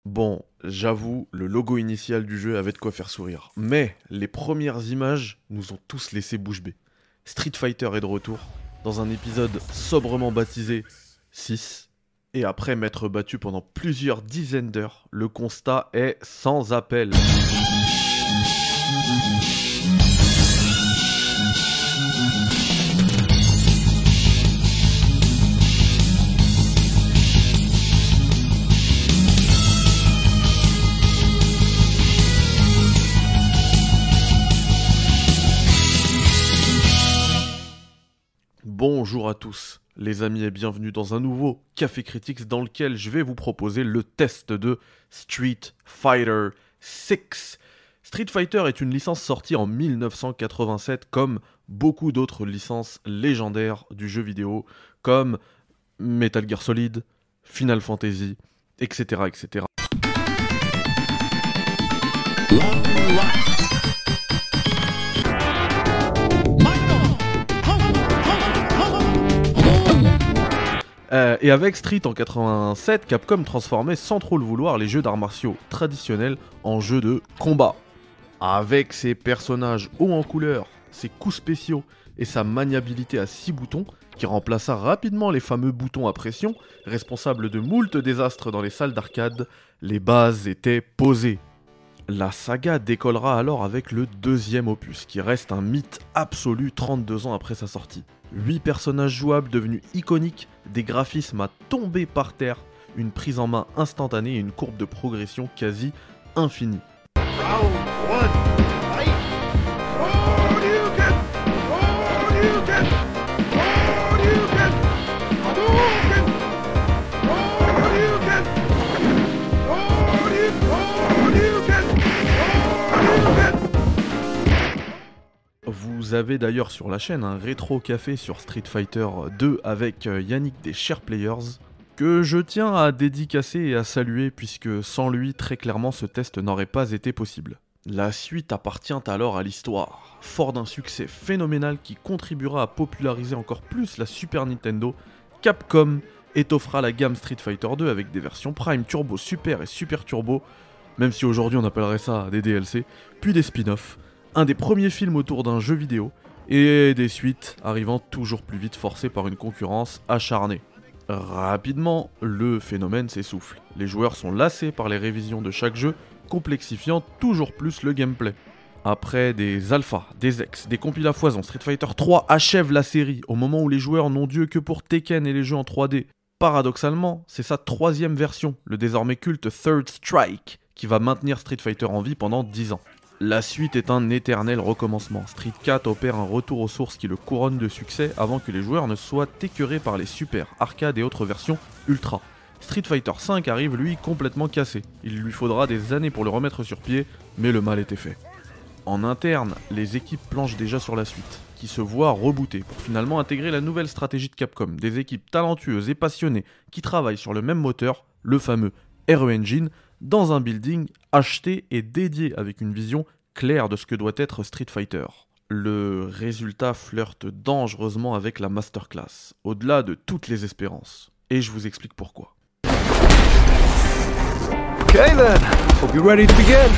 Bon, j'avoue, le logo initial du jeu avait de quoi faire sourire. Mais les premières images nous ont tous laissé bouche bée. Street Fighter est de retour, dans un épisode sobrement baptisé 6. Et après m'être battu pendant plusieurs dizaines d'heures, le constat est sans appel. Bonjour à tous, les amis, et bienvenue dans un nouveau Café Critics dans lequel je vais vous proposer le test de Street Fighter 6. Street Fighter est une licence sortie en 1987 comme beaucoup d'autres licences légendaires du jeu vidéo comme Metal Gear Solid, Final Fantasy, etc. etc. Et avec Street en 87, Capcom transformait sans trop le vouloir les jeux d'arts martiaux traditionnels en jeux de combat. Avec ses personnages hauts en couleur, ses coups spéciaux et sa maniabilité à 6 boutons, qui remplaça rapidement les fameux boutons à pression, responsables de moult désastres dans les salles d'arcade, les bases étaient posées. La saga décollera alors avec le deuxième opus, qui reste un mythe absolu 32 ans après sa sortie. 8 personnages jouables devenus iconiques, des graphismes à tomber par terre, une prise en main instantanée et une courbe de progression quasi infinie. Vous avez d'ailleurs sur la chaîne un rétro café sur Street Fighter 2 avec Yannick des Share Players, que je tiens à dédicacer et à saluer puisque sans lui, très clairement, ce test n'aurait pas été possible. La suite appartient alors à l'histoire. Fort d'un succès phénoménal qui contribuera à populariser encore plus la Super Nintendo, Capcom étoffera la gamme Street Fighter 2 avec des versions Prime, Turbo, Super et Super Turbo, même si aujourd'hui on appellerait ça des DLC, puis des spin-offs, un des premiers films autour d'un jeu vidéo, et des suites arrivant toujours plus vite forcées par une concurrence acharnée. Rapidement, le phénomène s'essouffle. Les joueurs sont lassés par les révisions de chaque jeu, complexifiant toujours plus le gameplay. Après des alphas, des ex, des compiles à foison, Street Fighter 3 achève la série au moment où les joueurs n'ont Dieu que pour Tekken et les jeux en 3D. Paradoxalement, c'est sa troisième version, le désormais culte Third Strike, qui va maintenir Street Fighter en vie pendant 10 ans. La suite est un éternel recommencement. Street 4 opère un retour aux sources qui le couronne de succès avant que les joueurs ne soient écœurés par les super, arcade et autres versions ultra. Street Fighter 5 arrive lui complètement cassé. Il lui faudra des années pour le remettre sur pied, mais le mal était fait. En interne, les équipes planchent déjà sur la suite, qui se voit rebootée pour finalement intégrer la nouvelle stratégie de Capcom. Des équipes talentueuses et passionnées qui travaillent sur le même moteur, le fameux RE Engine, dans un building acheté et dédié avec une vision claire de ce que doit être Street Fighter. Le résultat flirte dangereusement avec la masterclass, au-delà de toutes les espérances. Et je vous explique pourquoi. Okay then, hope you're ready to begin.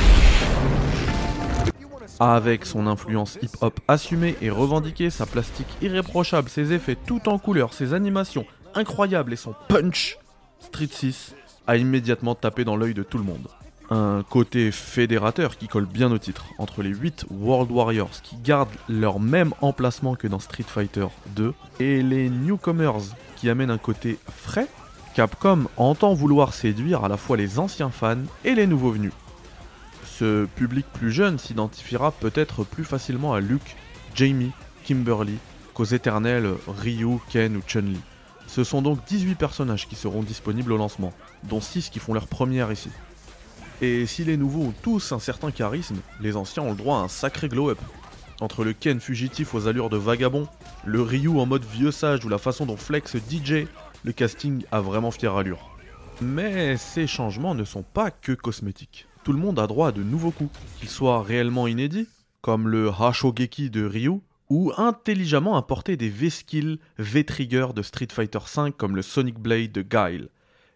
Avec son influence hip-hop assumée et revendiquée, sa plastique irréprochable, ses effets tout en couleur, ses animations incroyables et son punch, Street 6 a immédiatement tapé dans l'œil de tout le monde. Un côté fédérateur qui colle bien au titre, entre les 8 World Warriors qui gardent leur même emplacement que dans Street Fighter 2, et les newcomers qui amènent un côté frais. Capcom entend vouloir séduire à la fois les anciens fans et les nouveaux venus. Ce public plus jeune s'identifiera peut-être plus facilement à Luke, Jamie, Kimberly qu'aux éternels Ryu, Ken ou Chun-Li. Ce sont donc 18 personnages qui seront disponibles au lancement, dont 6 qui font leur première ici. Et si les nouveaux ont tous un certain charisme, les anciens ont le droit à un sacré glow-up. Entre le Ken fugitif aux allures de vagabond, le Ryu en mode vieux sage ou la façon dont flex DJ, le casting a vraiment fière allure. Mais ces changements ne sont pas que cosmétiques. Tout le monde a droit à de nouveaux coups, qu'ils soient réellement inédits, comme le Hashogeki de Ryu, ou intelligemment importer des V-Skills V-Trigger de Street Fighter V comme le Sonic Blade de Guile.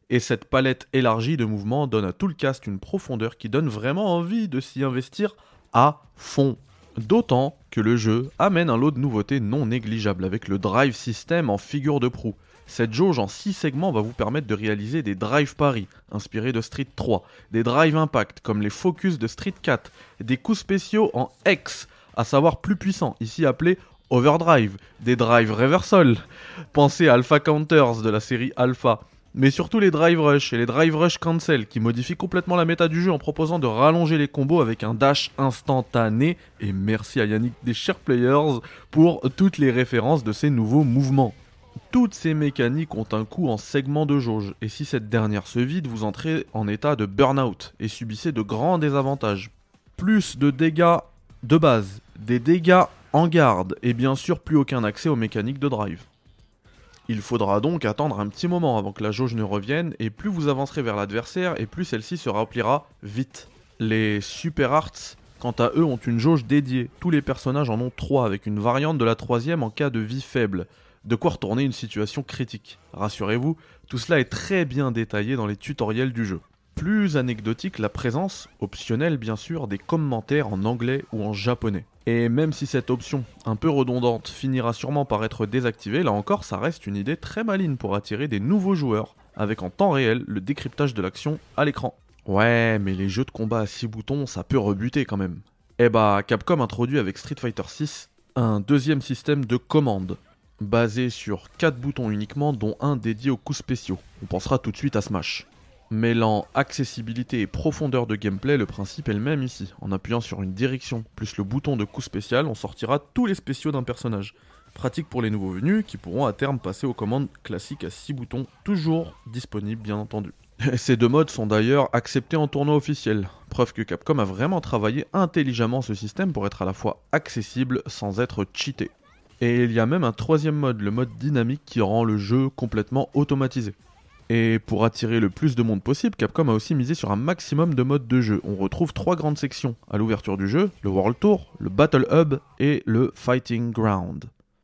Et cette palette élargie de mouvements donne à tout le cast une profondeur qui donne vraiment envie de s'y investir à fond. D'autant que le jeu amène un lot de nouveautés non négligeables avec le drive system en figure de proue. Cette jauge en 6 segments va vous permettre de réaliser des drive paris inspirés de Street 3, des drive impact comme les focus de Street 4, des coups spéciaux en X, à savoir plus puissants, ici appelés overdrive, des drive reversal. Pensez à Alpha Counters de la série Alpha. Mais surtout les drive rush et les drive rush cancel qui modifient complètement la méta du jeu en proposant de rallonger les combos avec un dash instantané. Et merci à Yannick des Share Players pour toutes les références de ces nouveaux mouvements. Toutes ces mécaniques ont un coût en segment de jauge, et si cette dernière se vide, vous entrez en état de burn-out et subissez de grands désavantages. Plus de dégâts de base, des dégâts en garde, et bien sûr plus aucun accès aux mécaniques de drive. Il faudra donc attendre un petit moment avant que la jauge ne revienne, et plus vous avancerez vers l'adversaire, et plus celle-ci se remplira vite. Les Super Arts, quant à eux, ont une jauge dédiée. Tous les personnages en ont 3, avec une variante de la 3ème en cas de vie faible. De quoi retourner une situation critique. Rassurez-vous, tout cela est très bien détaillé dans les tutoriels du jeu. Plus anecdotique, la présence, optionnelle bien sûr, des commentaires en anglais ou en japonais. Et même si cette option, un peu redondante, finira sûrement par être désactivée, là encore ça reste une idée très maligne pour attirer des nouveaux joueurs, avec en temps réel le décryptage de l'action à l'écran. Ouais, mais les jeux de combat à 6 boutons, ça peut rebuter quand même. Eh bah, Capcom introduit avec Street Fighter 6 un deuxième système de commande, basé sur 4 boutons uniquement, dont un dédié aux coups spéciaux. On pensera tout de suite à Smash. Mêlant accessibilité et profondeur de gameplay, le principe est le même ici. En appuyant sur une direction plus le bouton de coup spécial, on sortira tous les spéciaux d'un personnage. Pratique pour les nouveaux venus qui pourront à terme passer aux commandes classiques à 6 boutons, toujours disponibles bien entendu. Ces deux modes sont d'ailleurs acceptés en tournoi officiel, preuve que Capcom a vraiment travaillé intelligemment ce système pour être à la fois accessible sans être cheaté. Et il y a même un troisième mode, le mode dynamique qui rend le jeu complètement automatisé. Et pour attirer le plus de monde possible, Capcom a aussi misé sur un maximum de modes de jeu. On retrouve 3 grandes sections à l'ouverture du jeu, le World Tour, le Battle Hub et le Fighting Ground.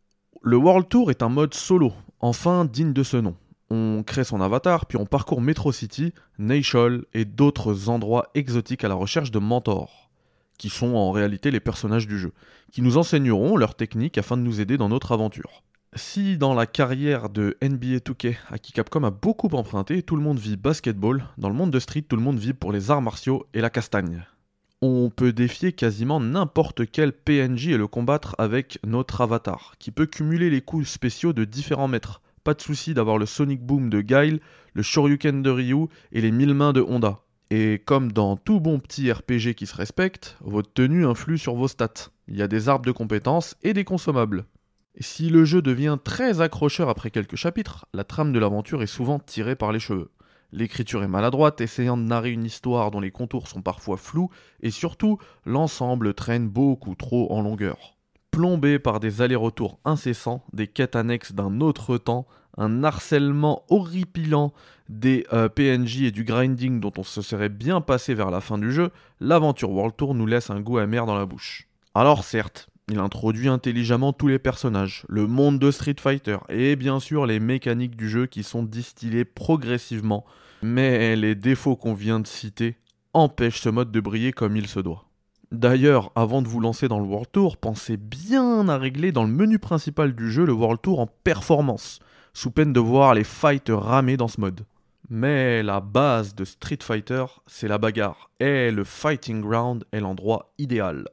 Le World Tour est un mode solo, enfin digne de ce nom. On crée son avatar, puis on parcourt Metro City, Nashol et d'autres endroits exotiques à la recherche de mentors, qui sont en réalité les personnages du jeu, qui nous enseigneront leurs techniques afin de nous aider dans notre aventure. Si dans la carrière de NBA 2K, à qui Capcom a beaucoup emprunté, tout le monde vit basketball, dans le monde de Street, tout le monde vit pour les arts martiaux et la castagne. On peut défier quasiment n'importe quel PNJ et le combattre avec notre avatar, qui peut cumuler les coups spéciaux de différents maîtres. Pas de souci d'avoir le Sonic Boom de Guile, le Shoryuken de Ryu et les 1000 mains de Honda. Et comme dans tout bon petit RPG qui se respecte, votre tenue influe sur vos stats. Il y a des arbres de compétences et des consommables. Et si le jeu devient très accrocheur après quelques chapitres, la trame de l'aventure est souvent tirée par les cheveux. L'écriture est maladroite, essayant de narrer une histoire dont les contours sont parfois flous, et surtout, l'ensemble traîne beaucoup trop en longueur. Plombé par des allers-retours incessants, des quêtes annexes d'un autre temps, un harcèlement horripilant des PNJ et du grinding dont on se serait bien passé vers la fin du jeu, l'aventure World Tour nous laisse un goût amer dans la bouche. Alors certes, il introduit intelligemment tous les personnages, le monde de Street Fighter et bien sûr les mécaniques du jeu qui sont distillées progressivement, mais les défauts qu'on vient de citer empêchent ce mode de briller comme il se doit. D'ailleurs, avant de vous lancer dans le World Tour, pensez bien à régler dans le menu principal du jeu le World Tour en performance, sous peine de voir les fights ramer dans ce mode. Mais la base de Street Fighter, c'est la bagarre, et le Fighting Ground est l'endroit idéal.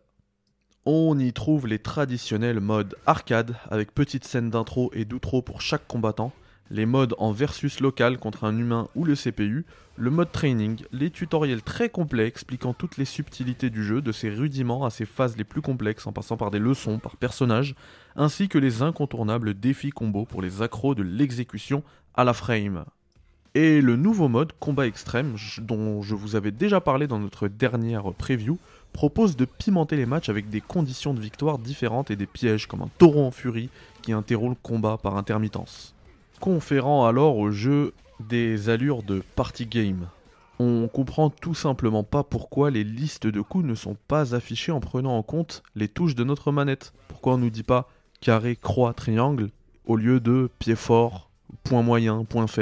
On y trouve les traditionnels modes arcade, avec petites scènes d'intro et d'outro pour chaque combattant, les modes en versus local contre un humain ou le CPU, le mode training, les tutoriels très complets expliquant toutes les subtilités du jeu, de ses rudiments à ses phases les plus complexes en passant par des leçons par personnage, ainsi que les incontournables défis combos pour les accros de l'exécution à la frame. Et le nouveau mode combat extrême, dont je vous avais déjà parlé dans notre dernière preview, propose de pimenter les matchs avec des conditions de victoire différentes et des pièges comme un taureau en furie qui interrompt le combat par intermittence, conférant alors au jeu des allures de party game. On comprend tout simplement pas pourquoi les listes de coups ne sont pas affichées en prenant en compte les touches de notre manette. Pourquoi on nous dit pas carré, croix, triangle au lieu de pied fort, point moyen, point faible.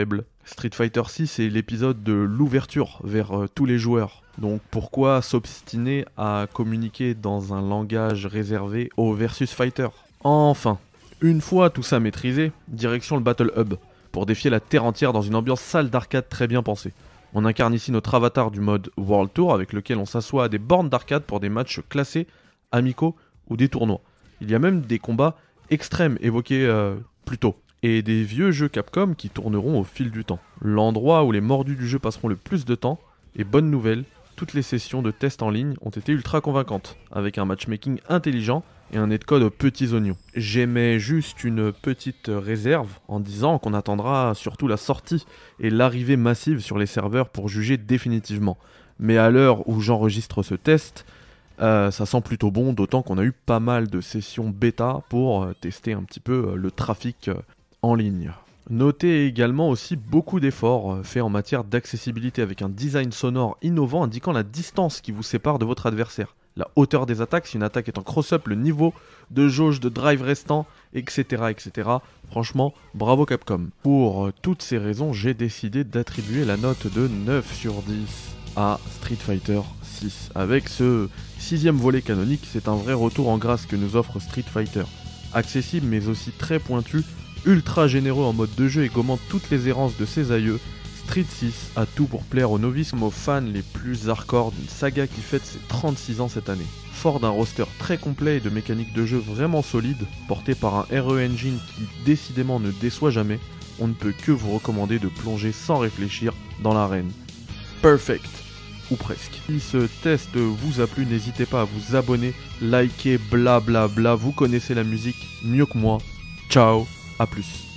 Street Fighter 6 est l'épisode de l'ouverture vers tous les joueurs. Donc pourquoi s'obstiner à communiquer dans un langage réservé aux versus fighters? Enfin, une fois tout ça maîtrisé, direction le Battle Hub, pour défier la terre entière dans une ambiance salle d'arcade très bien pensée. On incarne ici notre avatar du mode World Tour avec lequel on s'assoit à des bornes d'arcade pour des matchs classés, amicaux ou des tournois. Il y a même des combats extrêmes évoqués plus tôt. Et des vieux jeux Capcom qui tourneront au fil du temps. L'endroit où les mordus du jeu passeront le plus de temps, et bonne nouvelle, toutes les sessions de test en ligne ont été ultra convaincantes, avec un matchmaking intelligent et un netcode aux petits oignons. J'émets juste une petite réserve en disant qu'on attendra surtout la sortie et l'arrivée massive sur les serveurs pour juger définitivement. Mais à l'heure où j'enregistre ce test, ça sent plutôt bon, d'autant qu'on a eu pas mal de sessions bêta pour tester un petit peu le trafic en ligne. Notez également aussi beaucoup d'efforts faits en matière d'accessibilité avec un design sonore innovant indiquant la distance qui vous sépare de votre adversaire, la hauteur des attaques si une attaque est en cross-up, le niveau de jauge de drive restant, etc. etc. Franchement, bravo Capcom. Pour toutes ces raisons, j'ai décidé d'attribuer la note de 9 sur 10 à Street Fighter 6. Avec ce 6ème volet canonique, c'est un vrai retour en grâce que nous offre Street Fighter. Accessible mais aussi très pointu, ultra généreux en mode de jeu et gommant toutes les errances de ses aïeux, Street 6 a tout pour plaire aux novices comme aux fans les plus hardcore d'une saga qui fête ses 36 ans cette année. Fort d'un roster très complet et de mécaniques de jeu vraiment solides, porté par un RE Engine qui décidément ne déçoit jamais, on ne peut que vous recommander de plonger sans réfléchir dans l'arène. Perfect, ou presque. Si ce test vous a plu, n'hésitez pas à vous abonner, liker, blablabla, vous connaissez la musique mieux que moi. Ciao, à plus.